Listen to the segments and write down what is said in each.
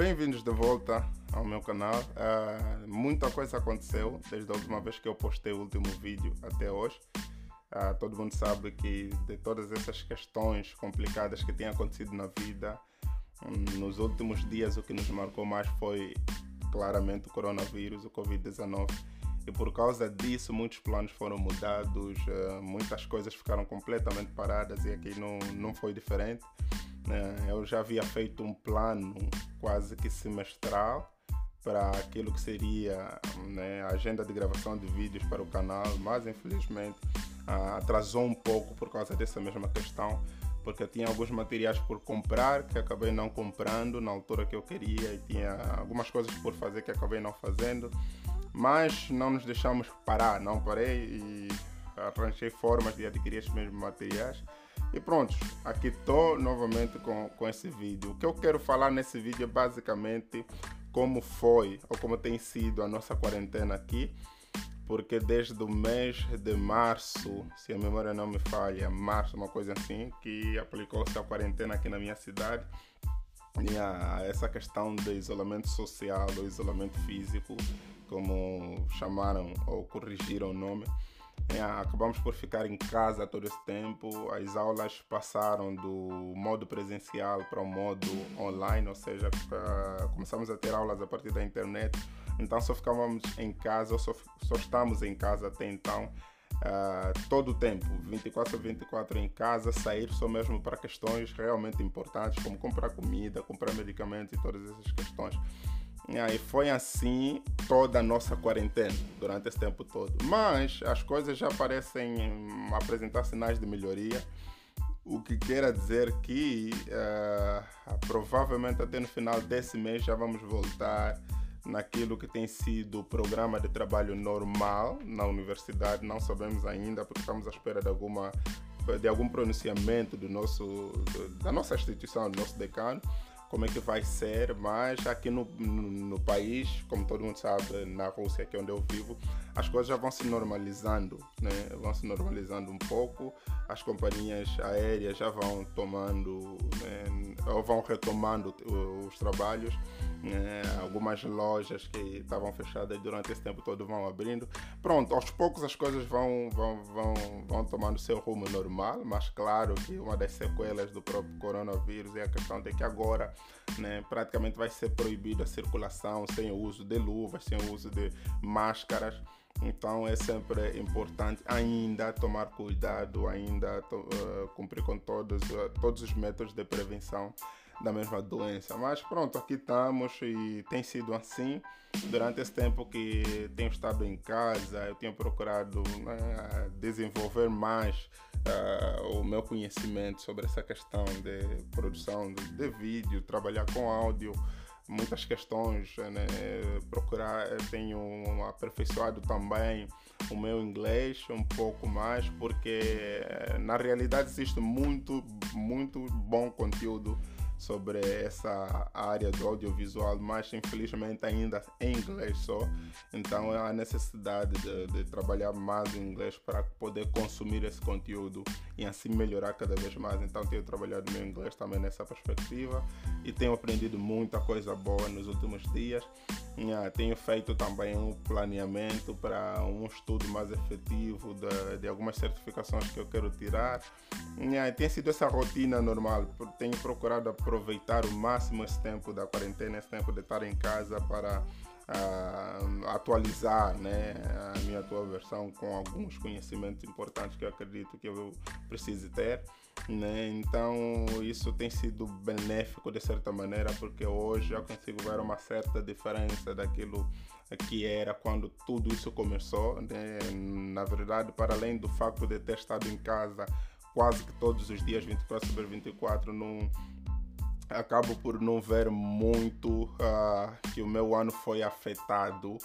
Bem-vindos de volta ao meu canal. Muita coisa aconteceu desde a última vez que eu postei o último vídeo até hoje. Todo mundo sabe que de todas essas questões complicadas que têm acontecido na vida, nos últimos dias o que nos marcou mais foi claramente o coronavírus, o Covid-19. E por causa disso muitos planos foram mudados, muitas coisas ficaram completamente paradas e aqui não foi diferente. Eu já havia feito um plano quase que semestral para aquilo que seria, a agenda de gravação de vídeos para o canal, mas infelizmente atrasou um pouco por causa dessa mesma questão, porque eu tinha alguns materiais por comprar que acabei não comprando na altura que eu queria e tinha algumas coisas por fazer que acabei não fazendo, mas não nos deixamos parar, não parei e arranjei formas de adquirir esses mesmos materiais. E pronto, aqui estou novamente com esse vídeo. O que eu quero falar nesse vídeo é basicamente como foi ou como tem sido a nossa quarentena aqui, porque desde o mês de março, se a memória não me falha, março, uma coisa assim, que aplicou-se a quarentena aqui na minha cidade, e essa questão do isolamento social, do isolamento físico, como chamaram ou corrigiram o nome. Acabamos por ficar em casa todo esse tempo. As aulas passaram do modo presencial para o modo online, ou seja, começamos a ter aulas a partir da internet. Então só ficávamos em casa, ou só estamos em casa até então, todo o tempo, 24/24 em casa, sair só mesmo para questões realmente importantes, como comprar comida, comprar medicamentos e todas essas questões. E foi assim toda a nossa quarentena durante esse tempo todo. Mas as coisas já parecem apresentar sinais de melhoria, o que quer dizer que provavelmente até no final desse mês já vamos voltar naquilo que tem sido o programa de trabalho normal na universidade. Não sabemos ainda, porque estamos à espera de algum pronunciamento da nossa instituição, do nosso decano, como é que vai ser, mas aqui no país, como todo mundo sabe, na Rússia, que é onde eu vivo, as coisas já vão se normalizando, vão se normalizando um pouco, as companhias aéreas já vão tomando, ou vão retomando os trabalhos, algumas lojas que estavam fechadas durante esse tempo todo vão abrindo. Pronto, aos poucos as coisas vão tomando seu rumo normal, mas claro que uma das sequelas do próprio coronavírus é a questão de que agora praticamente vai ser proibida a circulação sem o uso de luvas, sem o uso de máscaras. Então é sempre importante ainda tomar cuidado, ainda cumprir com todos os métodos de prevenção da mesma doença. Mas pronto, aqui estamos e tem sido assim. Durante esse tempo que tenho estado em casa, eu tenho procurado desenvolver mais o meu conhecimento sobre essa questão de produção de vídeo, trabalhar com áudio, muitas questões, tenho aperfeiçoado também o meu inglês um pouco mais, porque na realidade existe muito bom conteúdo sobre essa área do audiovisual, mas infelizmente ainda em inglês só. Então há necessidade de trabalhar mais em inglês para poder consumir esse conteúdo e assim melhorar cada vez mais. Então tenho trabalhado meu inglês também nessa perspectiva e tenho aprendido muita coisa boa nos últimos dias. Tenho feito também um planeamento para um estudo mais efetivo de algumas certificações que eu quero tirar. Tem sido essa rotina normal. Tenho procurado aproveitar o máximo esse tempo da quarentena, esse tempo de estar em casa para atualizar a minha atual versão com alguns conhecimentos importantes que eu acredito que eu preciso ter. Então isso tem sido benéfico de certa maneira, porque hoje já consigo ver uma certa diferença daquilo que era quando tudo isso começou. Na verdade, para além do facto de ter estado em casa quase que todos os dias, 24/24, acabo por não ver muito que o meu ano foi afetado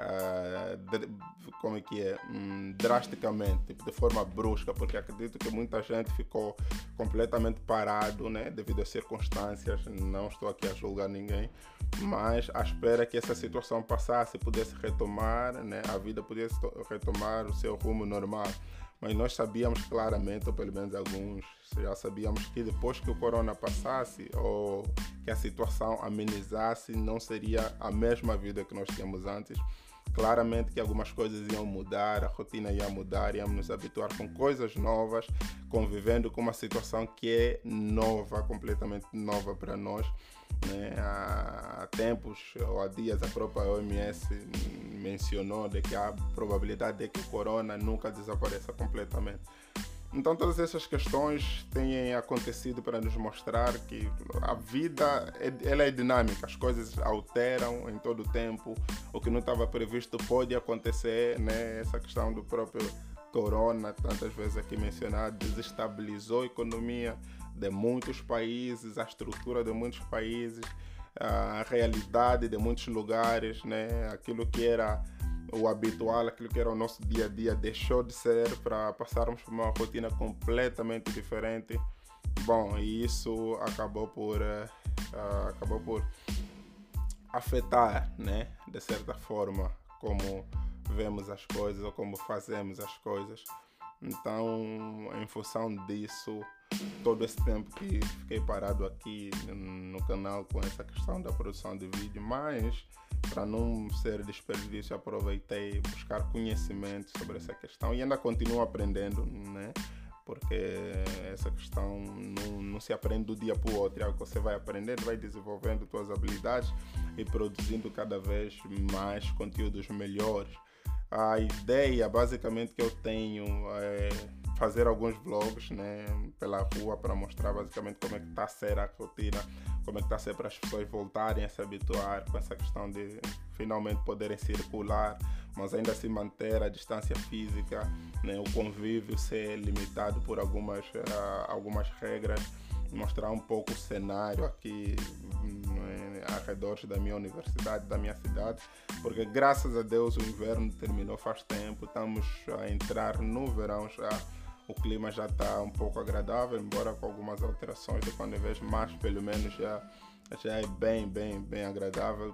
drasticamente, de forma brusca, porque acredito que muita gente ficou completamente parado, devido às circunstâncias. Não estou aqui a julgar ninguém, mas à espera que essa situação passasse e pudesse retomar, a vida pudesse retomar o seu rumo normal. mas nós sabíamos claramente, ou pelo menos alguns já sabíamos, que depois que o corona passasse ou que a situação amenizasse, não seria a mesma vida que nós tínhamos antes. Claramente que algumas coisas iam mudar, a rotina ia mudar, íamos nos habituar com coisas novas, convivendo com uma situação que é nova, completamente nova para nós. Né? Há tempos ou há dias a própria OMS mencionou de que há probabilidade de que o corona nunca desapareça completamente. Então todas essas questões têm acontecido para nos mostrar que a vida ela é dinâmica, as coisas alteram em todo o tempo, o que não estava previsto pode acontecer, né? Essa questão do próprio corona, tantas vezes aqui mencionado, desestabilizou a economia de muitos países, a estrutura de muitos países, a realidade de muitos lugares, né? Aquilo que era o habitual, aquilo que era o nosso dia a dia deixou de ser para passarmos por uma rotina completamente diferente. Bom, e isso acabou por afetar, né, de certa forma, como vemos as coisas ou como fazemos as coisas. Então, em função disso, todo esse tempo que fiquei parado aqui no canal com essa questão da produção de vídeo, mas para não ser desperdício, aproveitei buscar conhecimento sobre essa questão e ainda continuo aprendendo, né? Porque essa questão não se aprende do dia para o outro, é algo que você vai aprendendo, vai desenvolvendo suas habilidades e produzindo cada vez mais conteúdos melhores. A ideia basicamente que eu tenho é fazer alguns vlogs, né, pela rua para mostrar basicamente como é que está a ser a rotina, como é que está a ser para as pessoas voltarem a se habituar com essa questão de finalmente poderem circular, mas ainda assim manter a distância física, né, o convívio ser limitado por algumas regras, mostrar um pouco o cenário aqui arredores da minha universidade, da minha cidade, porque graças a Deus o inverno terminou faz tempo, estamos a entrar no verão já, o clima já está um pouco agradável, embora com algumas alterações de quando eu vejo, mas pelo menos já é bem agradável,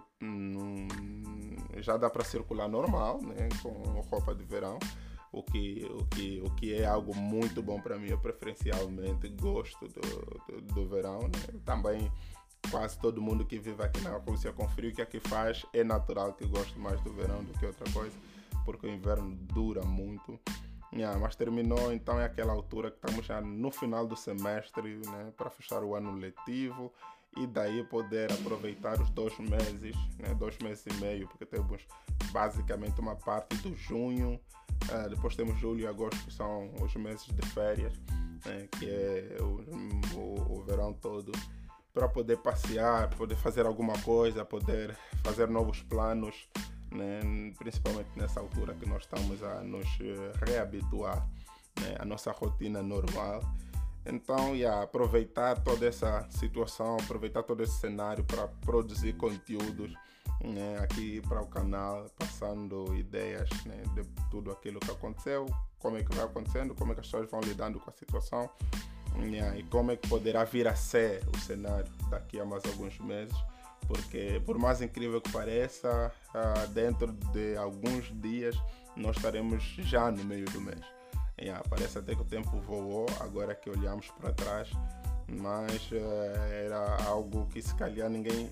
já dá para circular normal, né, com roupa de verão, o que é algo muito bom para mim. Eu preferencialmente gosto do verão, né? Também quase todo mundo que vive aqui na Rússia com frio que aqui faz, é natural que goste mais do verão do que outra coisa, porque o inverno dura muito. Mas terminou, então é aquela altura que estamos já no final do semestre, né, para fechar o ano letivo e daí poder aproveitar os 2 meses, né, 2 meses e meio, porque temos basicamente uma parte do junho, depois temos julho e agosto, que são os meses de férias, né, que é o verão todo, para poder passear, poder fazer alguma coisa, poder fazer novos planos, né? Principalmente nessa altura que nós estamos a nos reabituar, né, à nossa rotina normal. Então, aproveitar toda essa situação, aproveitar todo esse cenário para produzir conteúdos, né, aqui para o canal, passando ideias, né, de tudo aquilo que aconteceu, como é que vai acontecendo, como é que as pessoas vão lidando com a situação, e como é que poderá vir a ser o cenário daqui a mais alguns meses, porque por mais incrível que pareça, dentro de alguns dias nós estaremos já no meio do mês. Parece até que o tempo voou agora que olhamos para trás, mas era algo que se calhar ninguém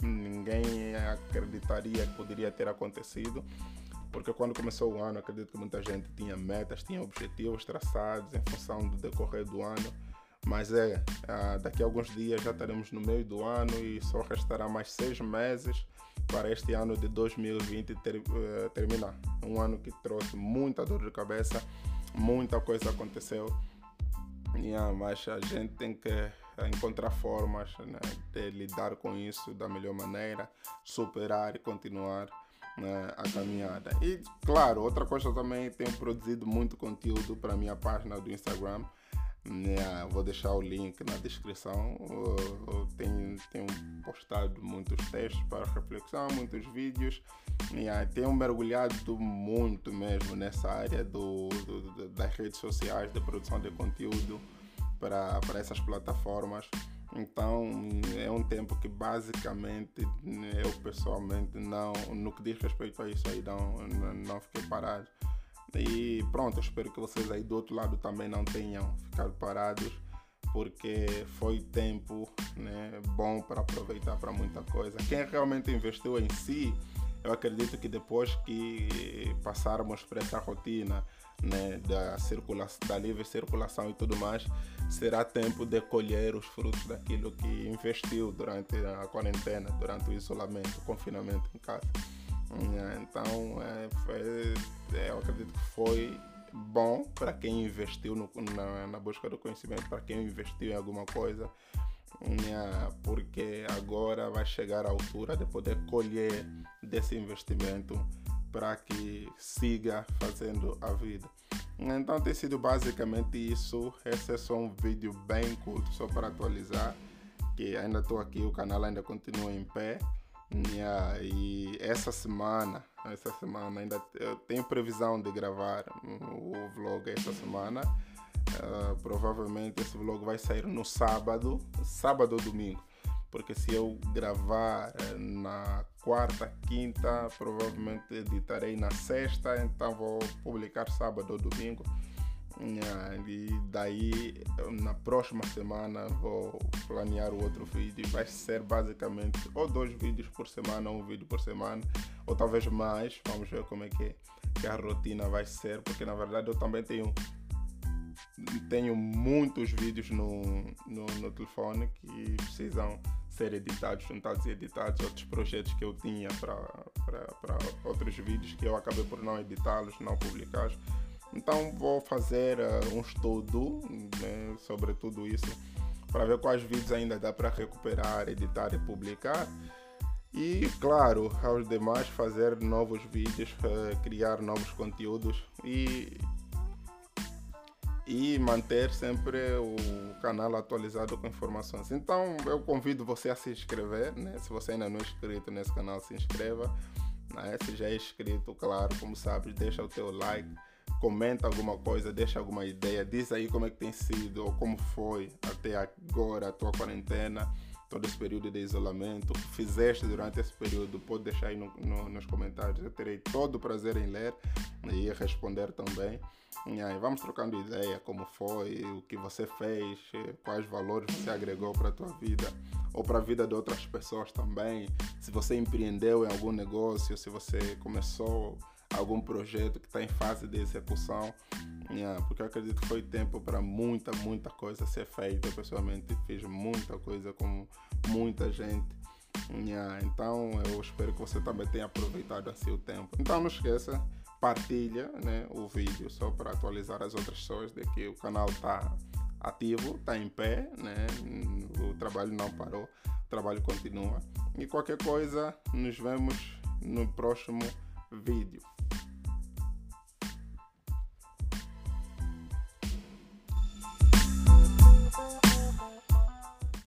acreditaria que poderia ter acontecido, porque quando começou o ano, acredito que muita gente tinha metas, tinha objetivos traçados em função do decorrer do ano, mas daqui a alguns dias já estaremos no meio do ano e só restará mais 6 meses para este ano de 2020 terminar. Um ano que trouxe muita dor de cabeça, muita coisa aconteceu, mas a gente tem que encontrar formas, né, de lidar com isso da melhor maneira, superar e continuar, né, a caminhada. E claro, outra coisa, eu também tenho produzido muito conteúdo para a minha página do Instagram. Vou deixar o link na descrição. Eu tenho postado muitos textos para reflexão, muitos vídeos. Tenho mergulhado muito mesmo nessa área das redes sociais, de produção de conteúdo para essas plataformas. Então é um tempo que basicamente eu pessoalmente não, no que diz respeito a isso aí, não fiquei parado, E pronto, eu espero que vocês aí do outro lado também não tenham ficado parados, porque foi tempo, né, bom para aproveitar para muita coisa. Quem realmente investiu em si, eu acredito que depois que passarmos por essa rotina, né, da livre circulação e tudo mais, será tempo de colher os frutos daquilo que investiu durante a quarentena, durante o isolamento, o confinamento em casa. Então, eu acredito que foi bom para quem investiu na busca do conhecimento, para quem investiu em alguma coisa, porque agora vai chegar a altura de poder colher desse investimento para que siga fazendo a vida. Então tem sido basicamente isso. Esse é só um vídeo bem curto, só para atualizar que ainda estou aqui, o canal ainda continua em pé. E essa semana ainda eu tenho previsão de gravar o vlog essa semana. Provavelmente esse vlog vai sair no sábado ou domingo, porque se eu gravar na quarta, quinta, provavelmente editarei na sexta, então vou publicar sábado ou domingo. E daí na próxima semana vou planear o outro vídeo. Vai ser basicamente ou 2 vídeos por semana, ou 1 vídeo por semana, ou talvez mais. Vamos ver como é que a rotina vai ser, porque na verdade eu também tenho muitos vídeos no telefone que precisam ser editados, juntados e editados. Outros projetos que eu tinha para outros vídeos que eu acabei por não editá-los, não publicá-los. Então vou fazer um estudo, né, sobre tudo isso, para ver quais vídeos ainda dá para recuperar, editar e publicar. E claro, aos demais fazer novos vídeos, criar novos conteúdos e manter sempre o canal atualizado com informações. Então eu convido você a se inscrever, né? Se você ainda não é inscrito nesse canal, se inscreva, né? Se já é inscrito, claro, como sabe, deixa o teu like, comenta alguma coisa, deixa alguma ideia, diz aí como é que tem sido ou como foi até agora a tua quarentena, todo esse período de isolamento, o que fizeste durante esse período, pode deixar aí nos comentários. Eu terei todo o prazer em ler e responder também. E aí, vamos trocando ideia, como foi, o que você fez, quais valores você agregou para a tua vida ou para a vida de outras pessoas também. Se você empreendeu em algum negócio, se você começou algum projeto que está em fase de execução, porque eu acredito que foi tempo para muita coisa ser feita. Eu pessoalmente fiz muita coisa com muita gente, então eu espero que você também tenha aproveitado assim o tempo. Então não esqueça, partilha, né, o vídeo, só para atualizar as outras pessoas de que o canal está ativo, está em pé, né? O trabalho não parou, o trabalho continua. E qualquer coisa, nos vemos no próximo vídeo.